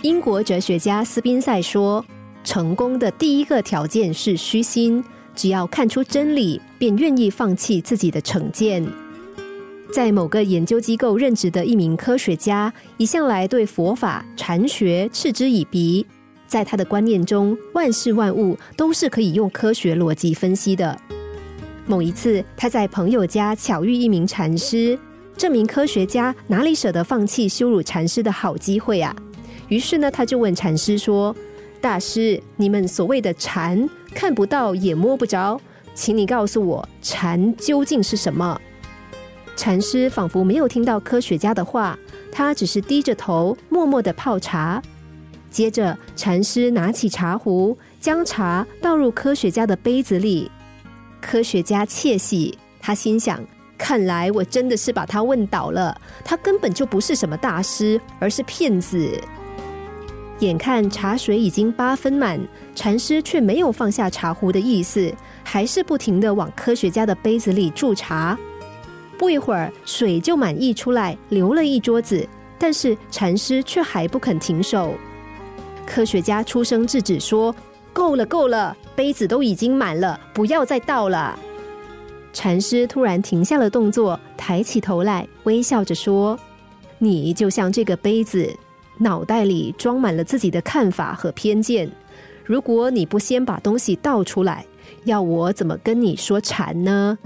英国哲学家斯宾塞说，成功的第一个条件是虚心，只要看出真理，便愿意放弃自己的成见。在某个研究机构任职的一名科学家，一向来对佛法、禅学嗤之以鼻。在他的观念中，万事万物都是可以用科学逻辑分析的。某一次，他在朋友家巧遇一名禅师，这名科学家哪里舍得放弃羞辱禅师的好机会啊？于是呢，他就问禅师说，大师，你们所谓的禅看不到也摸不着，请你告诉我，禅究竟是什么？禅师仿佛没有听到科学家的话，他只是低着头默默地泡茶。接着禅师拿起茶壶，将茶倒入科学家的杯子里。科学家窃喜，他心想，看来我真的是把他问倒了，他根本就不是什么大师，而是骗子。眼看茶水已经8分满，禅师却没有放下茶壶的意思，还是不停地往科学家的杯子里注茶。不一会儿，水就满溢出来，流了一桌子，但是禅师却还不肯停手。科学家出声制止说，够了够了，杯子都已经满了，不要再倒了。禅师突然停下了动作，抬起头来，微笑着说，你就像这个杯子，脑袋里装满了自己的看法和偏见，如果你不先把东西倒出来，要我怎么跟你说禅呢？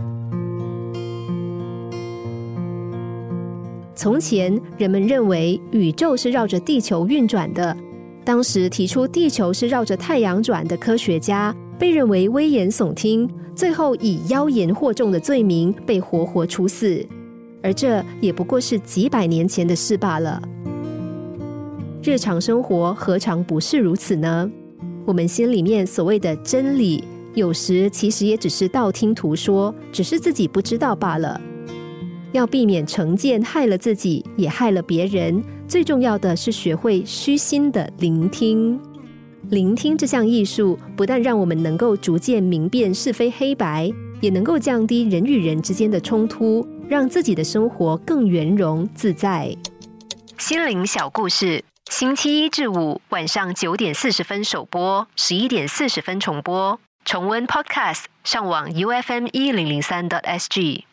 从前人们认为宇宙是绕着地球运转的，当时提出地球是绕着太阳转的科学家被认为危言耸听，最后以妖言惑众的罪名被活活处死，而这也不过是几百年前的事罢了。日常生活何尝不是如此呢？我们心里面所谓的真理，有时其实也只是道听途说，只是自己不知道罢了。要避免成见害了自己，也害了别人，最重要的是学会虚心的聆听。聆听这项艺术，不但让我们能够逐渐明辨是非黑白，也能够降低人与人之间的冲突，让自己的生活更圆融自在。心灵小故事，星期1至5晚上9点40分首播，11点40分重播。重温 Podcast， 上网 UFM1003.SG。